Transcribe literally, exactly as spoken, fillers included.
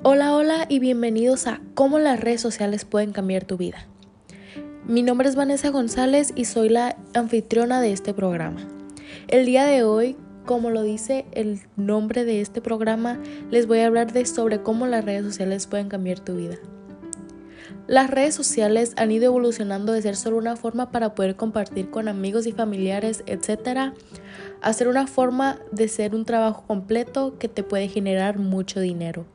Hola, hola y bienvenidos a Cómo las redes sociales pueden cambiar tu vida. Mi nombre es Vanessa González y soy la anfitriona de este programa. El día de hoy, como lo dice el nombre de este programa, les voy a hablar de sobre cómo las redes sociales pueden cambiar tu vida. Las redes sociales han ido evolucionando de ser solo una forma para poder compartir con amigos y familiares, etcétera, a ser una forma de ser un trabajo completo que te puede generar mucho dinero.